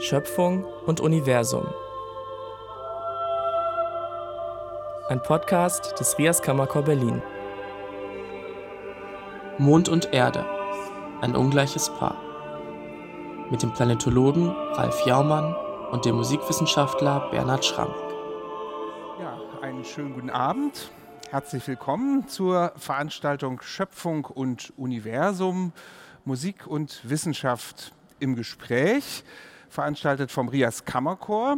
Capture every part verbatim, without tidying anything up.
Schöpfung und Universum. Ein Podcast des RIAS Kammerchor Berlin. Mond und Erde. Ein ungleiches Paar. Mit dem Planetologen Ralf Jaumann und dem Musikwissenschaftler Bernhard Schrammeck. Ja, einen schönen guten Abend. Herzlich willkommen zur Veranstaltung Schöpfung und Universum, Musik und Wissenschaft im Gespräch, veranstaltet vom RIAS Kammerchor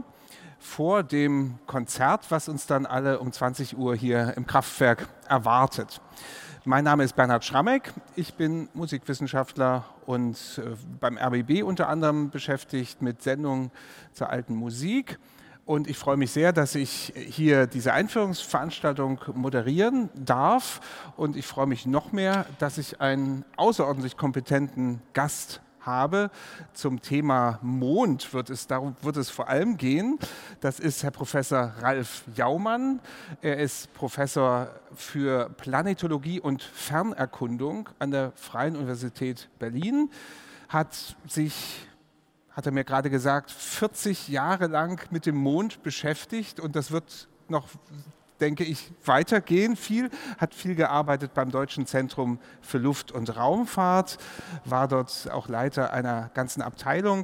vor dem Konzert, was uns dann alle um zwanzig Uhr hier im Kraftwerk erwartet. Mein Name ist Bernhard Schrammeck, ich bin Musikwissenschaftler und äh, beim R B B unter anderem beschäftigt mit Sendungen zur alten Musik. Und ich freue mich sehr, dass ich hier diese Einführungsveranstaltung moderieren darf. Und ich freue mich noch mehr, dass ich einen außerordentlich kompetenten Gast habe. Zum Thema Mond wird es, darum wird es vor allem gehen. Das ist Herr Professor Ralf Jaumann. Er ist Professor für Planetologie und Fernerkundung an der Freien Universität Berlin, hat sich, hat er mir gerade gesagt, vierzig Jahre lang mit dem Mond beschäftigt und das wird noch, denke ich, weitergehen. Viel, hat viel gearbeitet beim Deutschen Zentrum für Luft- und Raumfahrt, war dort auch Leiter einer ganzen Abteilung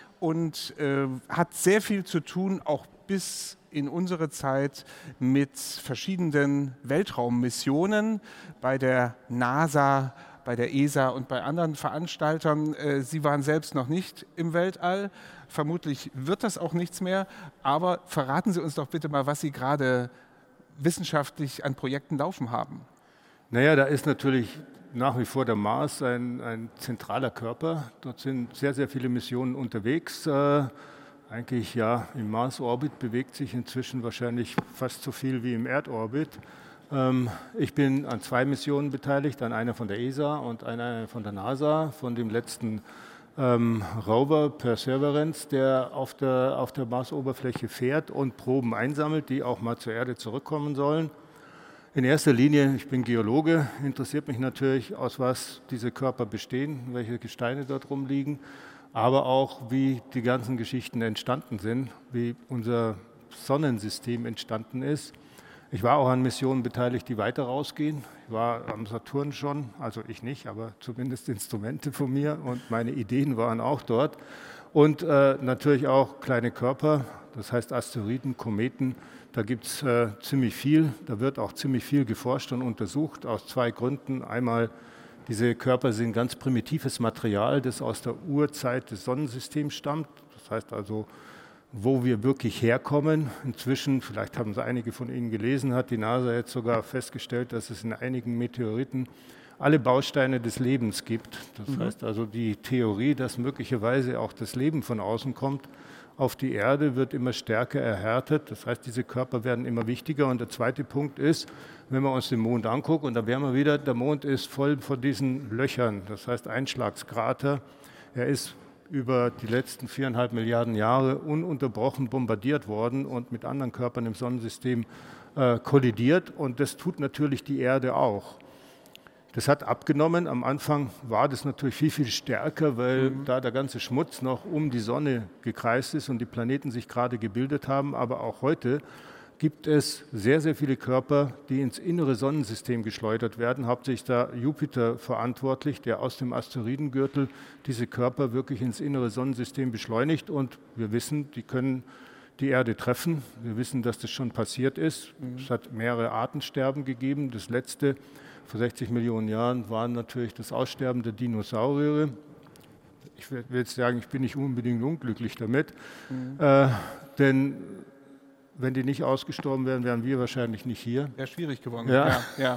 und äh, hat sehr viel zu tun, auch bis in unsere Zeit, mit verschiedenen Weltraummissionen bei der NASA, bei der E S A und bei anderen Veranstaltern. Sie waren selbst noch nicht im Weltall. Vermutlich wird das auch nichts mehr. Aber verraten Sie uns doch bitte mal, was Sie gerade wissenschaftlich an Projekten laufen haben. Naja, da ist natürlich nach wie vor der Mars ein, ein zentraler Körper. Dort sind sehr, sehr viele Missionen unterwegs. Äh, eigentlich ja, im Mars-Orbit bewegt sich inzwischen wahrscheinlich fast so viel wie im Erdorbit. Ähm, ich bin an zwei Missionen beteiligt, an einer von der E S A und einer von der NASA, von dem letzten ähm, Rover Perseverance, der auf der, auf der Marsoberfläche fährt und Proben einsammelt, die auch mal zur Erde zurückkommen sollen. In erster Linie, ich bin Geologe, interessiert mich natürlich, aus was diese Körper bestehen, welche Gesteine dort rumliegen, aber auch, wie die ganzen Geschichten entstanden sind, wie unser Sonnensystem entstanden ist. Ich war auch an Missionen beteiligt, die weiter rausgehen. Ich war am Saturn schon, also ich nicht, aber zumindest Instrumente von mir und meine Ideen waren auch dort. Und äh, natürlich auch kleine Körper, das heißt Asteroiden, Kometen, da gibt es äh, ziemlich viel. Da wird auch ziemlich viel geforscht und untersucht, aus zwei Gründen. Einmal, diese Körper sind ganz primitives Material, das aus der Urzeit des Sonnensystems stammt. Das heißt also, wo wir wirklich herkommen. Inzwischen, vielleicht haben es einige von Ihnen gelesen, hat die NASA jetzt sogar festgestellt, dass es in einigen Meteoriten alle Bausteine des Lebens gibt. Das mhm. heißt also, die Theorie, dass möglicherweise auch das Leben von außen kommt auf die Erde, wird immer stärker erhärtet. Das heißt, diese Körper werden immer wichtiger. Und der zweite Punkt ist, wenn wir uns den Mond angucken, und da wären wir wieder, der Mond ist voll von diesen Löchern, das heißt Einschlagskrater. Er ist über die letzten viereinhalb Milliarden Jahre ununterbrochen bombardiert worden und mit anderen Körpern im Sonnensystem äh, kollidiert. Und das tut natürlich die Erde auch. Das hat abgenommen. Am Anfang war das natürlich viel, viel stärker, weil mhm. da der ganze Schmutz noch um die Sonne gekreist ist und die Planeten sich gerade gebildet haben. Aber auch heute gibt es sehr, sehr viele Körper, die ins innere Sonnensystem geschleudert werden. Hauptsächlich da Jupiter verantwortlich, der aus dem Asteroidengürtel diese Körper wirklich ins innere Sonnensystem beschleunigt. Und wir wissen, die können die Erde treffen. Wir wissen, dass das schon passiert ist. Mhm. Es hat mehrere Artensterben gegeben. Das letzte, vor sechzig Millionen Jahren, war natürlich das Aussterben der Dinosaurier. Ich will jetzt sagen, ich bin nicht unbedingt unglücklich damit, mhm. äh, denn wenn die nicht ausgestorben wären, wären wir wahrscheinlich nicht hier. Wäre schwierig geworden. Ja. Ja, ja.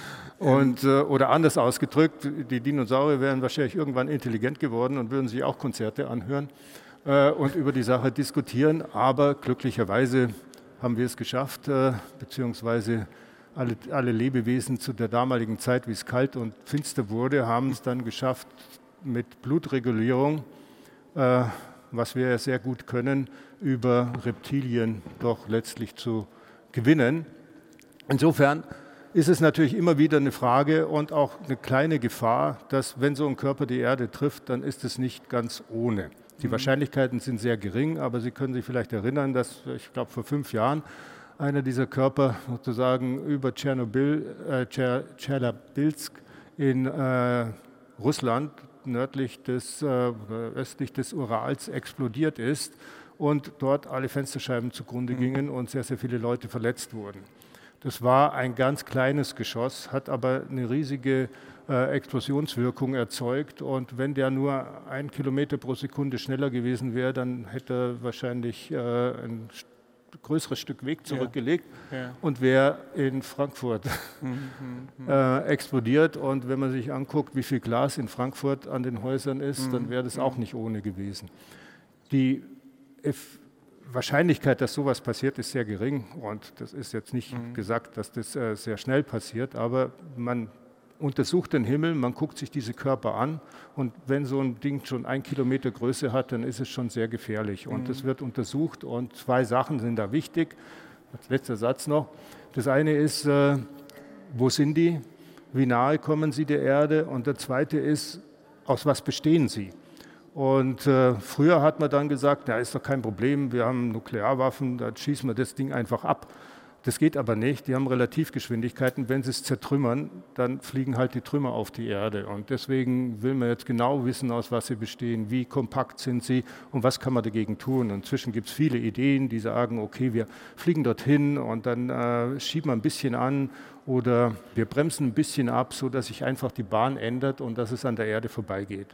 Und, äh, oder anders ausgedrückt, die Dinosaurier wären wahrscheinlich irgendwann intelligent geworden und würden sich auch Konzerte anhören äh, und über die Sache diskutieren. Aber glücklicherweise haben wir es geschafft, äh, beziehungsweise alle, alle Lebewesen zu der damaligen Zeit, wie es kalt und finster wurde, haben es dann geschafft, mit Blutregulierung, äh, was wir sehr gut können, über Reptilien doch letztlich zu gewinnen. Insofern ist es natürlich immer wieder eine Frage und auch eine kleine Gefahr, dass wenn so ein Körper die Erde trifft, dann ist es nicht ganz ohne. Die mhm. Wahrscheinlichkeiten sind sehr gering, aber Sie können sich vielleicht erinnern, dass, ich glaube, vor fünf Jahren einer dieser Körper sozusagen über Tschernobyl, äh, Tscherbylsk in äh, Russland, nördlich des, äh, östlich des Urals, explodiert ist und dort alle Fensterscheiben zugrunde mhm. gingen und sehr, sehr viele Leute verletzt wurden. Das war ein ganz kleines Geschoss, hat aber eine riesige äh, Explosionswirkung erzeugt. Und wenn der nur ein Kilometer pro Sekunde schneller gewesen wäre, dann hätte er wahrscheinlich äh, ein größeres Stück Weg zurückgelegt ja. Ja. und wäre in Frankfurt mhm, äh, explodiert. Und wenn man sich anguckt, wie viel Glas in Frankfurt an den Häusern ist, mhm. dann wäre das auch nicht ohne gewesen. Die F Wahrscheinlichkeit, dass sowas passiert, ist sehr gering und das ist jetzt nicht mhm. gesagt, dass das äh, sehr schnell passiert, aber man untersucht den Himmel, man guckt sich diese Körper an und wenn so ein Ding schon ein Kilometer Größe hat, dann ist es schon sehr gefährlich und mhm. das wird untersucht und zwei Sachen sind da wichtig. Als letzter Satz noch. Das eine ist, äh, wo sind die, wie nahe kommen sie der Erde und der zweite ist, aus was bestehen sie? Und äh, früher hat man dann gesagt, na, ist doch kein Problem, wir haben Nuklearwaffen, da schießen wir das Ding einfach ab. Das geht aber nicht, die haben Relativgeschwindigkeiten, wenn sie es zertrümmern, dann fliegen halt die Trümmer auf die Erde. Und deswegen will man jetzt genau wissen, aus was sie bestehen, wie kompakt sind sie und was kann man dagegen tun. Und inzwischen gibt es viele Ideen, die sagen, okay, wir fliegen dorthin und dann äh, schieben wir ein bisschen an oder wir bremsen ein bisschen ab, sodass sich einfach die Bahn ändert und dass es an der Erde vorbeigeht.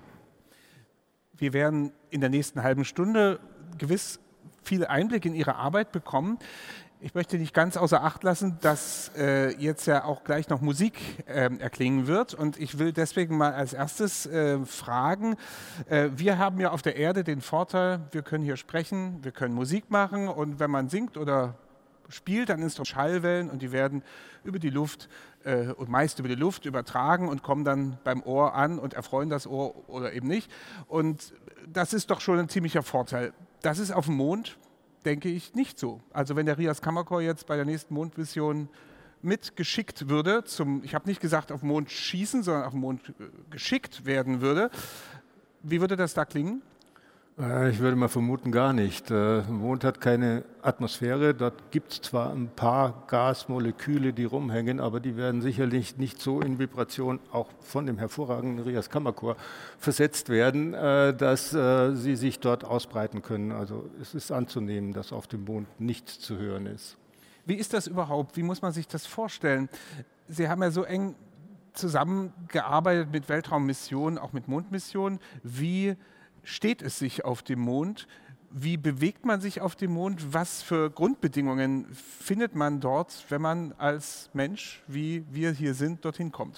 Wir werden in der nächsten halben Stunde gewiss viel Einblick in Ihre Arbeit bekommen. Ich möchte nicht ganz außer Acht lassen, dass äh, jetzt ja auch gleich noch Musik äh, erklingen wird. Und ich will deswegen mal als erstes äh, fragen, äh, wir haben ja auf der Erde den Vorteil, wir können hier sprechen, wir können Musik machen und wenn man singt oder spielt, dann ist es Schallwellen und die werden über die Luft äh, und meist über die Luft übertragen und kommen dann beim Ohr an und erfreuen das Ohr oder eben nicht. Und das ist doch schon ein ziemlicher Vorteil. Das ist auf dem Mond, denke ich, nicht so. Also wenn der Rias Kammerchor jetzt bei der nächsten Mondmission mitgeschickt würde, zum, ich habe nicht gesagt auf den Mond schießen, sondern auf den Mond geschickt werden würde, wie würde das da klingen? Ich würde mal vermuten, gar nicht. Der Mond hat keine Atmosphäre. Dort gibt es zwar ein paar Gasmoleküle, die rumhängen, aber die werden sicherlich nicht so in Vibration, auch von dem hervorragenden Rias Kammerchor, versetzt werden, dass sie sich dort ausbreiten können. Also es ist anzunehmen, dass auf dem Mond nichts zu hören ist. Wie ist das überhaupt? Wie muss man sich das vorstellen? Sie haben ja so eng zusammengearbeitet mit Weltraummissionen, auch mit Mondmissionen. Wie steht es sich auf dem Mond? Wie bewegt man sich auf dem Mond? Was für Grundbedingungen findet man dort, wenn man als Mensch, wie wir hier sind, dorthin kommt?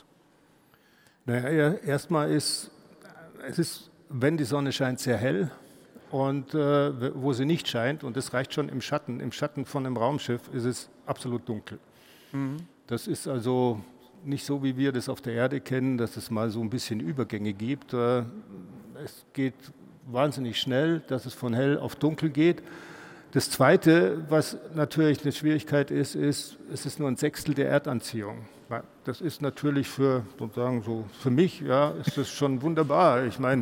Naja, erstmal ist es ist, wenn die Sonne scheint, sehr hell und äh, wo sie nicht scheint, und das reicht schon im Schatten, im Schatten von einem Raumschiff ist es absolut dunkel. Mhm. Das ist also nicht so, wie wir das auf der Erde kennen, dass es mal so ein bisschen Übergänge gibt. Äh, Es geht wahnsinnig schnell, dass es von hell auf dunkel geht. Das Zweite, was natürlich eine Schwierigkeit ist, ist, es ist nur ein Sechstel der Erdanziehung. Das ist natürlich für, sozusagen so für mich, ja, ist das schon wunderbar. Ich meine,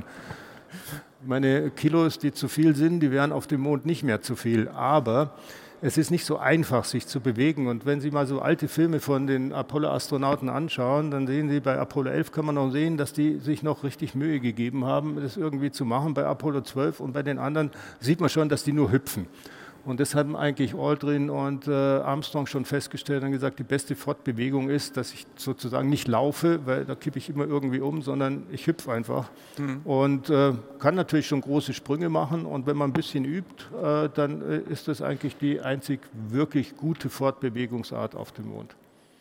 meine Kilos, die zu viel sind, die wären auf dem Mond nicht mehr zu viel. Aber es ist nicht so einfach, sich zu bewegen. Und wenn Sie mal so alte Filme von den Apollo-Astronauten anschauen, dann sehen Sie, bei Apollo elf kann man noch sehen, dass die sich noch richtig Mühe gegeben haben, das irgendwie zu machen. Bei Apollo zwölf und bei den anderen sieht man schon, dass die nur hüpfen. Und das haben eigentlich Aldrin und äh, Armstrong schon festgestellt und gesagt, die beste Fortbewegung ist, dass ich sozusagen nicht laufe, weil da kippe ich immer irgendwie um, sondern ich hüpfe einfach. Mhm. Und äh, kann natürlich schon große Sprünge machen. Und wenn man ein bisschen übt, äh, dann äh, ist das eigentlich die einzig wirklich gute Fortbewegungsart auf dem Mond.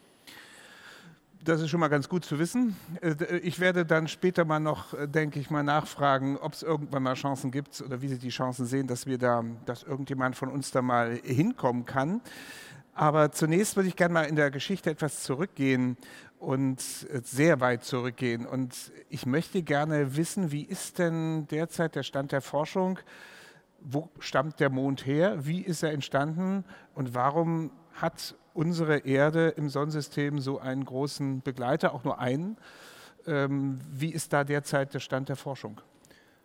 Das ist schon mal ganz gut zu wissen. Ich werde dann später mal noch, denke ich mal, nachfragen, ob es irgendwann mal Chancen gibt oder wie Sie die Chancen sehen, dass wir da, dass irgendjemand von uns da mal hinkommen kann. Aber zunächst würde ich gerne mal in der Geschichte etwas zurückgehen und sehr weit zurückgehen. Und ich möchte gerne wissen, wie ist denn derzeit der Stand der Forschung? Wo stammt der Mond her? Wie ist er entstanden? Und warum hat unsere Erde im Sonnensystem so einen großen Begleiter, auch nur einen? Ähm, wie ist da derzeit der Stand der Forschung?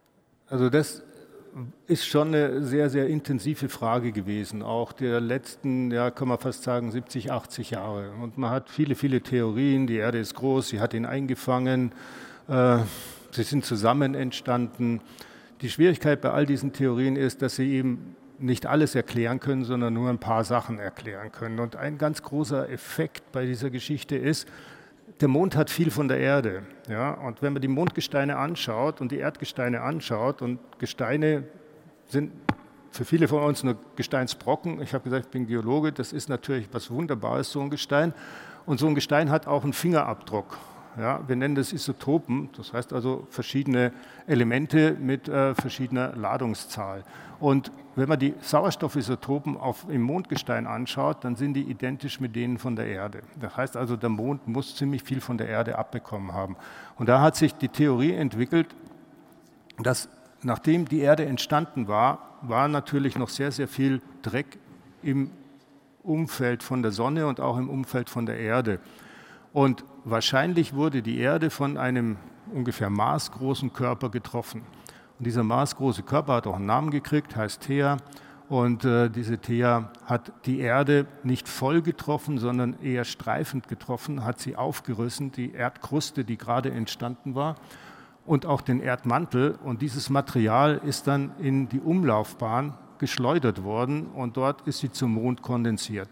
Also das ist schon eine sehr, sehr intensive Frage gewesen, auch der letzten, ja, kann man fast sagen, siebzig, achtzig Jahre. Und man hat viele, viele Theorien, die Erde ist groß, sie hat ihn eingefangen, äh, sie sind zusammen entstanden. Die Schwierigkeit bei all diesen Theorien ist, dass sie eben nicht alles erklären können, sondern nur ein paar Sachen erklären können. Und ein ganz großer Effekt bei dieser Geschichte ist, der Mond hat viel von der Erde. Ja? Und wenn man die Mondgesteine anschaut und die Erdgesteine anschaut, und Gesteine sind für viele von uns nur Gesteinsbrocken. Ich habe gesagt, ich bin Geologe, das ist natürlich was Wunderbares, so ein Gestein. Und so ein Gestein hat auch einen Fingerabdruck. Ja? Wir nennen das Isotopen, das heißt also verschiedene Elemente mit äh, verschiedener Ladungszahl. Und wenn man die Sauerstoffisotopen auf, im Mondgestein anschaut, dann sind die identisch mit denen von der Erde. Das heißt also, der Mond muss ziemlich viel von der Erde abbekommen haben. Und da hat sich die Theorie entwickelt, dass nachdem die Erde entstanden war, war natürlich noch sehr, sehr viel Dreck im Umfeld von der Sonne und auch im Umfeld von der Erde. Und wahrscheinlich wurde die Erde von einem ungefähr maßgroßen Körper getroffen. Und dieser maßgroße Körper hat auch einen Namen gekriegt, heißt Theia. Und äh, diese Theia hat die Erde nicht voll getroffen, sondern eher streifend getroffen, hat sie aufgerissen, die Erdkruste, die gerade entstanden war, und auch den Erdmantel. Und dieses Material ist dann in die Umlaufbahn geschleudert worden und dort ist sie zum Mond kondensiert.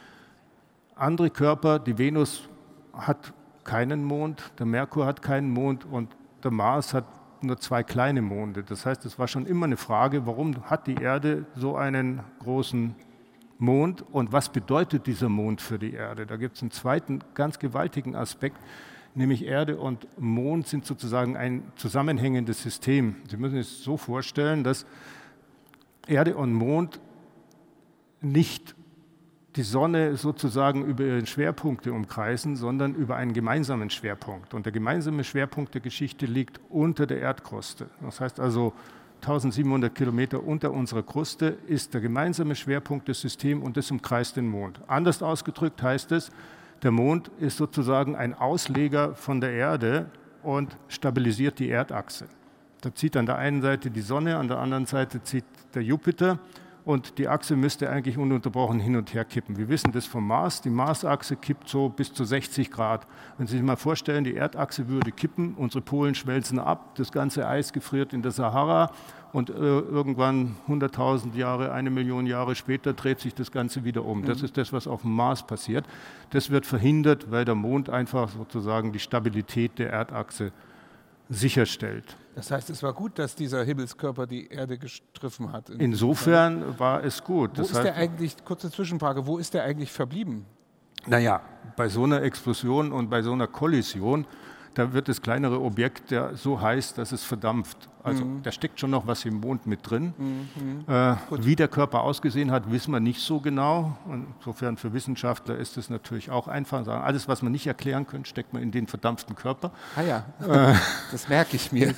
Andere Körper, die Venus hat keinen Mond, der Merkur hat keinen Mond und der Mars hat nur zwei kleine Monde. Das heißt, es war schon immer eine Frage, warum hat die Erde so einen großen Mond und was bedeutet dieser Mond für die Erde? Da gibt es einen zweiten ganz gewaltigen Aspekt, nämlich Erde und Mond sind sozusagen ein zusammenhängendes System. Sie müssen es so vorstellen, dass Erde und Mond nicht die Sonne sozusagen über ihre Schwerpunkte umkreisen, sondern über einen gemeinsamen Schwerpunkt. Und der gemeinsame Schwerpunkt der Geschichte liegt unter der Erdkruste. Das heißt also, eintausendsiebenhundert Kilometer unter unserer Kruste ist der gemeinsame Schwerpunkt des Systems und das umkreist den Mond. Anders ausgedrückt heißt es, der Mond ist sozusagen ein Ausleger von der Erde und stabilisiert die Erdachse. Da zieht an der einen Seite die Sonne, an der anderen Seite zieht der Jupiter. Und die Achse müsste eigentlich ununterbrochen hin und her kippen. Wir wissen das vom Mars. Die Marsachse kippt so bis zu sechzig Grad. Wenn Sie sich mal vorstellen, die Erdachse würde kippen, unsere Polen schmelzen ab, das ganze Eis gefriert in der Sahara und äh, irgendwann hunderttausend Jahre, eine Million Jahre später dreht sich das Ganze wieder um. Das ist das, was auf dem Mars passiert. Das wird verhindert, weil der Mond einfach sozusagen die Stabilität der Erdachse sicherstellt. Das heißt, es war gut, dass dieser Himmelskörper die Erde gestriffen hat. In Insofern war es gut. Wo das ist heißt, der eigentlich, kurze Zwischenfrage, wo ist der eigentlich verblieben? Naja, bei so einer Explosion und bei so einer Kollision, da wird das kleinere Objekt ja so heiß, dass es verdampft. Also mhm. da steckt schon noch was im Mond mit drin. Mhm. Äh, wie der Körper ausgesehen hat, wissen wir nicht so genau. Und insofern für Wissenschaftler ist es natürlich auch einfach. Sagen, alles, was man nicht erklären kann, steckt man in den verdampften Körper. Ah ja, äh, das merke ich mir.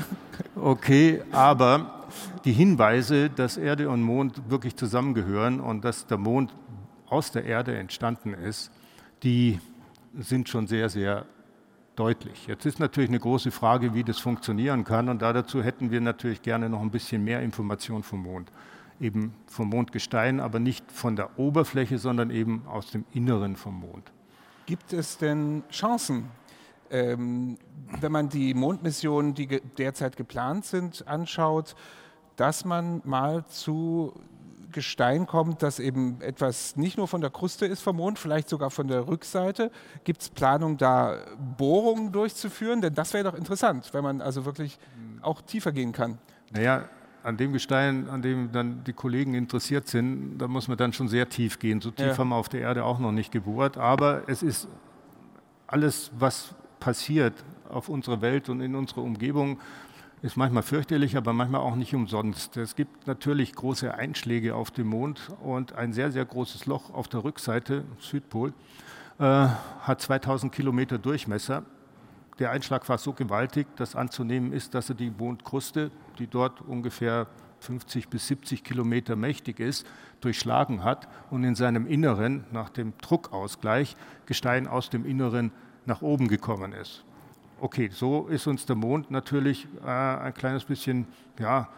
Okay, aber die Hinweise, dass Erde und Mond wirklich zusammengehören und dass der Mond aus der Erde entstanden ist, die sind schon sehr, sehr deutlich. Jetzt ist natürlich eine große Frage, wie das funktionieren kann und dazu hätten wir natürlich gerne noch ein bisschen mehr Information vom Mond. Eben vom Mondgestein, aber nicht von der Oberfläche, sondern eben aus dem Inneren vom Mond. Gibt es denn Chancen, ähm, wenn man die Mondmissionen, die ge- derzeit geplant sind, anschaut, dass man mal zu Gestein kommt, das eben etwas nicht nur von der Kruste ist vom Mond, vielleicht sogar von der Rückseite? Gibt es Planung, da Bohrungen durchzuführen? Denn das wäre doch interessant, wenn man also wirklich auch tiefer gehen kann. Naja, an dem Gestein, an dem dann die Kollegen interessiert sind, da muss man dann schon sehr tief gehen. So tief ja. haben wir auf der Erde auch noch nicht gebohrt. Aber es ist alles, was passiert auf unserer Welt und in unserer Umgebung, ist manchmal fürchterlich, aber manchmal auch nicht umsonst. Es gibt natürlich große Einschläge auf dem Mond und ein sehr, sehr großes Loch auf der Rückseite, Südpol, äh, hat zweitausend Kilometer Durchmesser. Der Einschlag war so gewaltig, dass anzunehmen ist, dass er die Mondkruste, die dort ungefähr fünfzig bis siebzig Kilometer mächtig ist, durchschlagen hat und in seinem Inneren, nach dem Druckausgleich, Gestein aus dem Inneren nach oben gekommen ist. okay, so ist uns der Mond natürlich äh, ein kleines bisschen ja,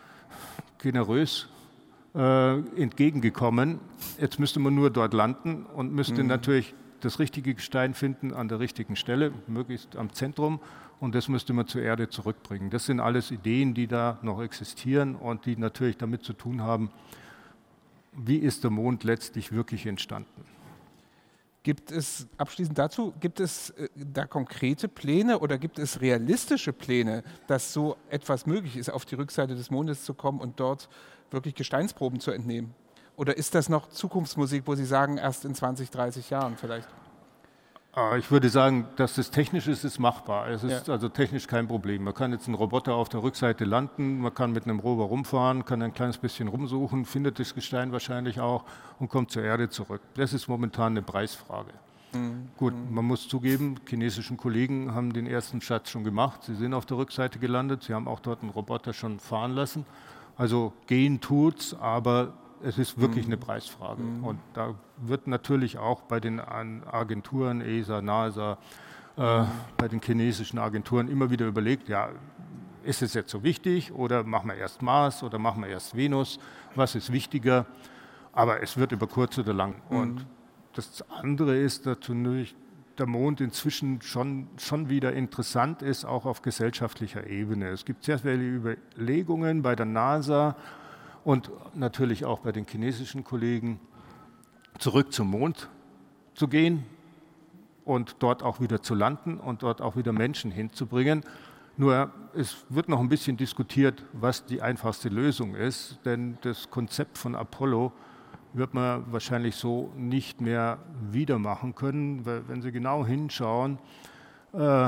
generös äh, entgegengekommen. Jetzt müsste man nur dort landen und müsste mhm. natürlich das richtige Gestein finden an der richtigen Stelle, möglichst am Zentrum, und das müsste man zur Erde zurückbringen. Das sind alles Ideen, die da noch existieren und die natürlich damit zu tun haben, wie ist der Mond letztlich wirklich entstanden. Gibt es, abschließend dazu, gibt es äh, da konkrete Pläne oder gibt es realistische Pläne, dass so etwas möglich ist, auf die Rückseite des Mondes zu kommen und dort wirklich Gesteinsproben zu entnehmen? Oder ist das noch Zukunftsmusik, wo Sie sagen, erst in zwanzig, dreißig Jahren vielleicht? Ich würde sagen, dass das technisch ist, ist machbar. Es ist ja. also technisch kein Problem. Man kann jetzt einen Roboter auf der Rückseite landen, man kann mit einem Rover rumfahren, kann ein kleines bisschen rumsuchen, findet das Gestein wahrscheinlich auch und kommt zur Erde zurück. Das ist momentan eine Preisfrage. Mhm. Gut, man muss zugeben, chinesischen Kollegen haben den ersten Schatz schon gemacht. Sie sind auf der Rückseite gelandet, sie haben auch dort einen Roboter schon fahren lassen. Also gehen tut's, aber es ist wirklich eine Preisfrage. Mhm. Und da wird natürlich auch bei den Agenturen, E S A, NASA, äh, mhm. bei den chinesischen Agenturen immer wieder überlegt, ja, ist es jetzt so wichtig oder machen wir erst Mars oder machen wir erst Venus? Was ist wichtiger? Aber es wird über kurz oder lang. Mhm. Und das andere ist natürlich, der Mond inzwischen schon, schon wieder interessant ist, auch auf gesellschaftlicher Ebene. Es gibt sehr viele Überlegungen bei der NASA, und natürlich auch bei den chinesischen Kollegen, zurück zum Mond zu gehen und dort auch wieder zu landen und dort auch wieder Menschen hinzubringen. Nur es wird noch ein bisschen diskutiert, was die einfachste Lösung ist, denn das Konzept von Apollo wird man wahrscheinlich so nicht mehr wieder machen können, weil wenn Sie genau hinschauen, äh,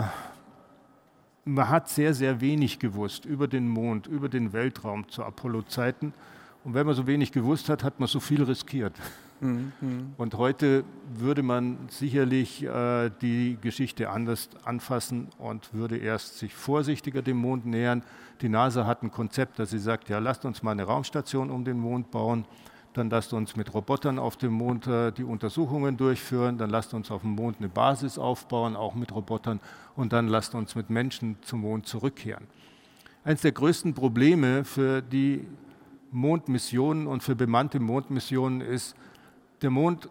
man hat sehr, sehr wenig gewusst über den Mond, über den Weltraum zu Apollo-Zeiten. Und wenn man so wenig gewusst hat, hat man so viel riskiert. Mhm. Und heute würde man sicherlich äh, die Geschichte anders anfassen und würde erst sich vorsichtiger dem Mond nähern. Die NASA hat ein Konzept, dass sie sagt, ja, lasst uns mal eine Raumstation um den Mond bauen. Dann lasst uns mit Robotern auf dem Mond äh, die Untersuchungen durchführen, dann lasst uns auf dem Mond eine Basis aufbauen, auch mit Robotern, und dann lasst uns mit Menschen zum Mond zurückkehren. Eines der größten Probleme für die Mondmissionen und für bemannte Mondmissionen ist, der Mond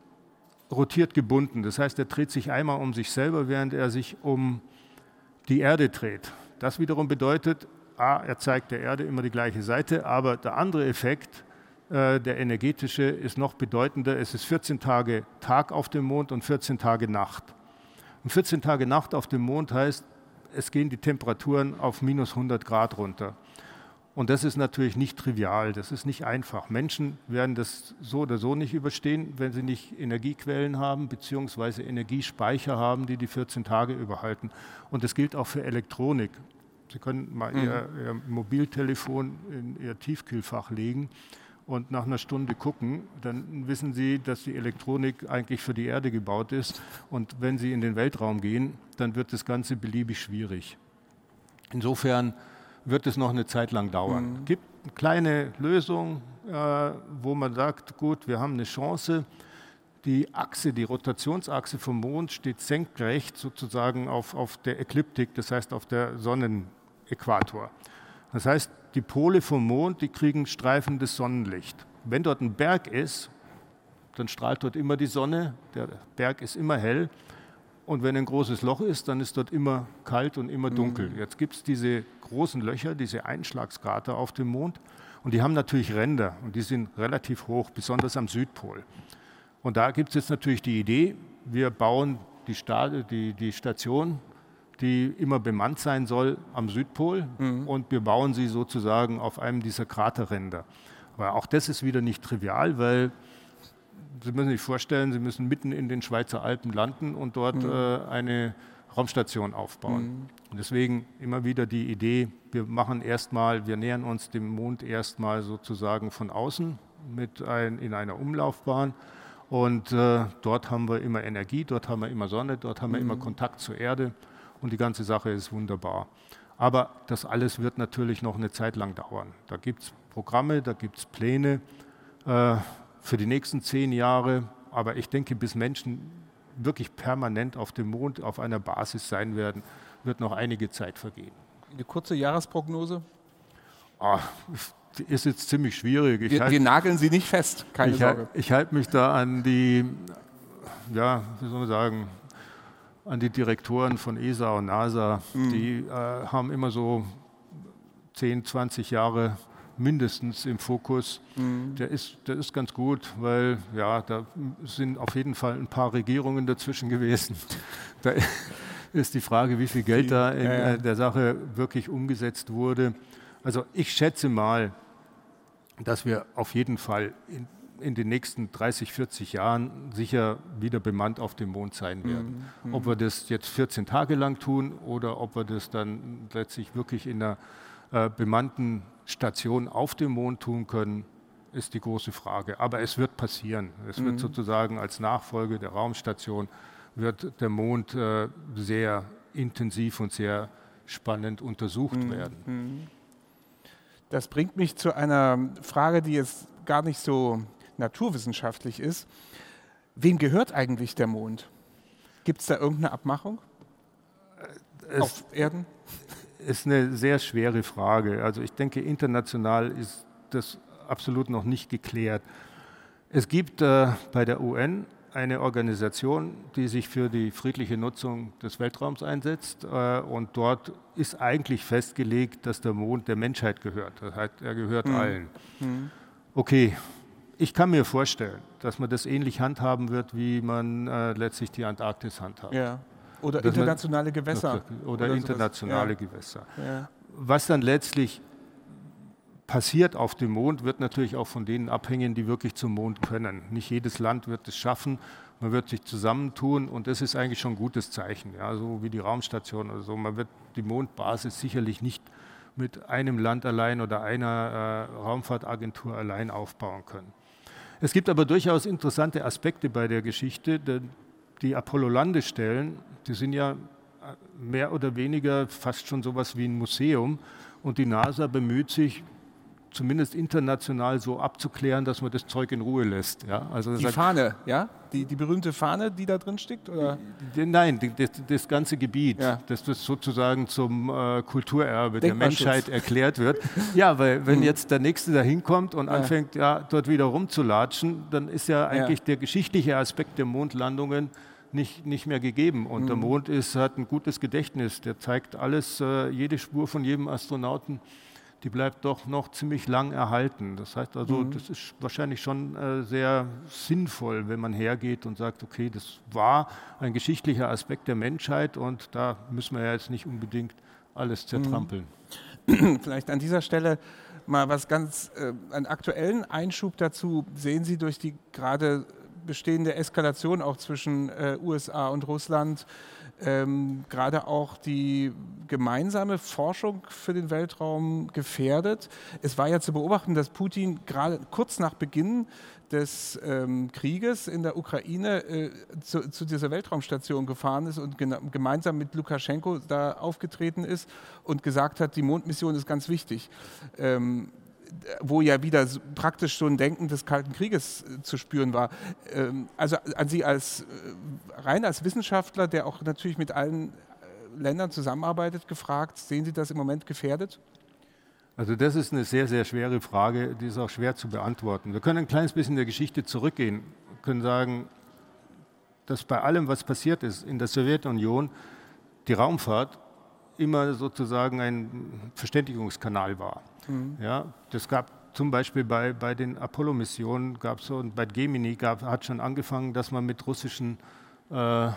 rotiert gebunden. Das heißt, er dreht sich einmal um sich selber, während er sich um die Erde dreht. Das wiederum bedeutet, a, er zeigt der Erde immer die gleiche Seite, aber der andere Effekt, der energetische, ist noch bedeutender. Es ist vierzehn Tage Tag auf dem Mond und vierzehn Tage Nacht. Und vierzehn Tage Nacht auf dem Mond heißt, es gehen die Temperaturen auf minus hundert Grad runter. Und das ist natürlich nicht trivial, das ist nicht einfach. Menschen werden das so oder so nicht überstehen, wenn sie nicht Energiequellen haben, beziehungsweise Energiespeicher haben, die die vierzehn Tage überhalten. Und das gilt auch für Elektronik. Sie können mal mhm. ihr, ihr Mobiltelefon in Ihr Tiefkühlfach legen und nach einer Stunde gucken, dann wissen Sie, dass die Elektronik eigentlich für die Erde gebaut ist. Und wenn Sie in den Weltraum gehen, dann wird das Ganze beliebig schwierig. Insofern wird es noch eine Zeit lang dauern. Es mhm. gibt eine kleine Lösung, äh, wo man sagt, gut, wir haben eine Chance. Die Achse, die Rotationsachse vom Mond steht senkrecht sozusagen auf, auf der Ekliptik, das heißt auf der Sonnenäquator. Das heißt, die Pole vom Mond, die kriegen streifendes Sonnenlicht. Wenn dort ein Berg ist, dann strahlt dort immer die Sonne, der Berg ist immer hell. Und wenn ein großes Loch ist, dann ist dort immer kalt und immer dunkel. Mhm. Jetzt gibt es diese großen Löcher, diese Einschlagskrater auf dem Mond. Und die haben natürlich Ränder und die sind relativ hoch, besonders am Südpol. Und da gibt es jetzt natürlich die Idee, wir bauen die, Sta- die, die Station, die immer bemannt sein soll, am Südpol, mhm. und wir bauen sie sozusagen auf einem dieser Kraterränder. Aber auch das ist wieder nicht trivial, weil Sie müssen sich vorstellen, Sie müssen mitten in den Schweizer Alpen landen und dort mhm. äh, eine Raumstation aufbauen. Mhm. Und deswegen immer wieder die Idee, wir machen erstmal, wir nähern uns dem Mond erstmal sozusagen von außen mit ein, in einer Umlaufbahn. Und äh, dort haben wir immer Energie, dort haben wir immer Sonne, dort haben wir mhm. immer Kontakt zur Erde. Und die ganze Sache ist wunderbar. Aber das alles wird natürlich noch eine Zeit lang dauern. Da gibt es Programme, da gibt es Pläne äh, für die nächsten zehn Jahre. Aber ich denke, bis Menschen wirklich permanent auf dem Mond auf einer Basis sein werden, wird noch einige Zeit vergehen. Eine kurze Jahresprognose? Oh, ist jetzt ziemlich schwierig. Ich Wir, halt, wir nageln Sie nicht fest, keine ich Sorge. Halt, ich halte mich da an die, ja, wie soll man sagen, an die Direktoren von E S A und NASA. Mhm. Die äh, haben immer so zehn, zwanzig Jahre mindestens im Fokus. Mhm. Der ist, der ist ganz gut, weil ja, da sind auf jeden Fall ein paar Regierungen dazwischen gewesen. Da ist die Frage, wie viel Geld da in ja, ja. Äh, der Sache wirklich umgesetzt wurde. Also ich schätze mal, dass wir auf jeden Fall in, in den nächsten dreißig, vierzig Jahren sicher wieder bemannt auf dem Mond sein werden. Mhm. Ob wir das jetzt vierzehn Tage lang tun oder ob wir das dann letztlich wirklich in einer äh, bemannten Station auf dem Mond tun können, ist die große Frage. Aber es wird passieren. Es mhm. wird sozusagen als Nachfolge der Raumstation wird der Mond äh, sehr intensiv und sehr spannend untersucht mhm. werden. Das bringt mich zu einer Frage, die jetzt gar nicht so naturwissenschaftlich ist. Wem gehört eigentlich der Mond? Gibt es da irgendeine Abmachung es auf Erden? Ist eine sehr schwere Frage. Also ich denke, international ist das absolut noch nicht geklärt. Es gibt äh, bei der U N eine Organisation, die sich für die friedliche Nutzung des Weltraums einsetzt. Äh, und dort ist eigentlich festgelegt, dass der Mond der Menschheit gehört. Das heißt, er gehört mhm. allen. Mhm. Okay, ich kann mir vorstellen, dass man das ähnlich handhaben wird, wie man äh, letztlich die Antarktis handhabt. Ja. Oder dass internationale man, Gewässer. Oder, oder internationale ja. Gewässer. Ja. Was dann letztlich passiert auf dem Mond, wird natürlich auch von denen abhängen, die wirklich zum Mond können. Nicht jedes Land wird es schaffen, man wird sich zusammentun und das ist eigentlich schon ein gutes Zeichen, ja, so wie die Raumstation oder so. Man wird die Mondbasis sicherlich nicht mit einem Land allein oder einer äh, Raumfahrtagentur allein aufbauen können. Es gibt aber durchaus interessante Aspekte bei der Geschichte, denn die Apollo-Landestellen, die sind ja mehr oder weniger fast schon sowas wie ein Museum und die NASA bemüht sich, zumindest international so abzuklären, dass man das Zeug in Ruhe lässt. Ja? Also die sagt, Fahne, ja? Die, die berühmte Fahne, die da drin steckt? Oder? Die, nein, die, das, das ganze Gebiet, ja. dass das sozusagen zum äh, Kulturerbe der Menschheit erklärt wird. Ja, weil wenn jetzt der Nächste da hinkommt und ja. anfängt, ja, dort wieder rumzulatschen, dann ist ja eigentlich ja. der geschichtliche Aspekt der Mondlandungen nicht, nicht mehr gegeben. Und mhm. der Mond ist, hat ein gutes Gedächtnis. Der zeigt alles, äh, jede Spur von jedem Astronauten, die bleibt doch noch ziemlich lang erhalten. Das heißt also, mhm. das ist wahrscheinlich schon äh, sehr sinnvoll, wenn man hergeht und sagt, okay, das war ein geschichtlicher Aspekt der Menschheit und da müssen wir ja jetzt nicht unbedingt alles zertrampeln. Mhm. Vielleicht an dieser Stelle mal was ganz, äh, einen aktuellen Einschub dazu. Sehen Sie durch die gerade bestehende Eskalation auch zwischen äh, U S A und Russland, Ähm, gerade auch die gemeinsame Forschung für den Weltraum gefährdet. Es war ja zu beobachten, dass Putin gerade kurz nach Beginn des ähm, Krieges in der Ukraine äh, zu, zu dieser Weltraumstation gefahren ist und gena- gemeinsam mit Lukaschenko da aufgetreten ist und gesagt hat, die Mondmission ist ganz wichtig. Ähm, wo ja wieder praktisch so ein Denken des Kalten Krieges äh, zu spüren war. Ähm, also an Sie als äh, rein als Wissenschaftler, der auch natürlich mit allen äh, Ländern zusammenarbeitet, gefragt, sehen Sie das im Moment gefährdet? Also das ist eine sehr, sehr schwere Frage, die ist auch schwer zu beantworten. Wir können ein kleines bisschen in der Geschichte zurückgehen, können sagen, dass bei allem, was passiert ist in der Sowjetunion, die Raumfahrt immer sozusagen ein Verständigungskanal war. Mhm. Ja, das gab zum Beispiel bei, bei den Apollo-Missionen, gab so, und bei Gemini gab, hat schon angefangen, dass man mit russischen äh,